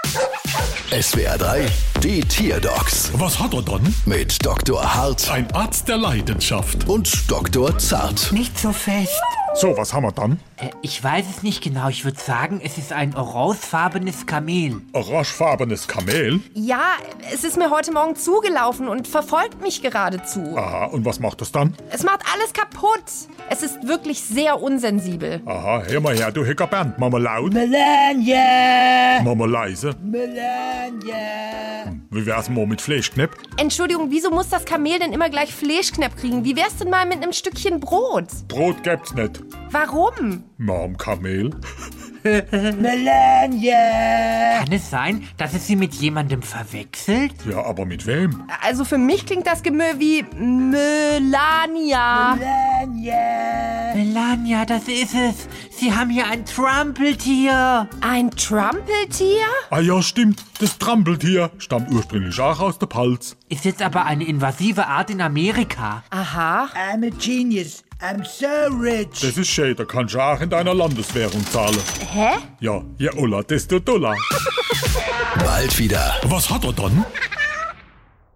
SWR 3, die Tierdocs Was hat er dann? mit Dr. Hart Ein Arzt der Leidenschaft. und Dr. Zart. Nicht so fest. So, was haben wir dann? Ich weiß es nicht genau. Ich würde sagen, es ist ein orangefarbenes Kamel. Orangefarbenes Kamel? Ja, es ist mir heute Morgen zugelaufen und verfolgt mich geradezu. Aha, und was macht es dann? Es macht alles kaputt. Es ist wirklich sehr unsensibel. Aha, hör mal her, du Hicker Bernd. Mama laut, Melania! Mama leise. Melania! Wie wär's mal mit Fleischknepp? Entschuldigung, wieso muss das Kamel denn immer gleich Fleischknepp kriegen? Wie wär's denn mal mit einem Stückchen Brot? Brot gibt's nicht. Warum? Mom, Kamel. Melania! Kann es sein, dass es sie mit jemandem verwechselt? Ja, aber mit wem? Also für mich klingt das Gemüse wie Melania. Melania, das ist es. Sie haben hier ein Trampeltier. Ein Trampeltier? Ah ja, stimmt. Das Trampeltier stammt ursprünglich auch aus der Palz. Ist jetzt aber eine invasive Art in Amerika. Aha. I'm a genius. I'm so rich. Das ist schön, da kannst du auch in deiner Landeswährung zahlen. Hä? Ja, je Ulla, desto doller. Bald wieder. Was hat er dann?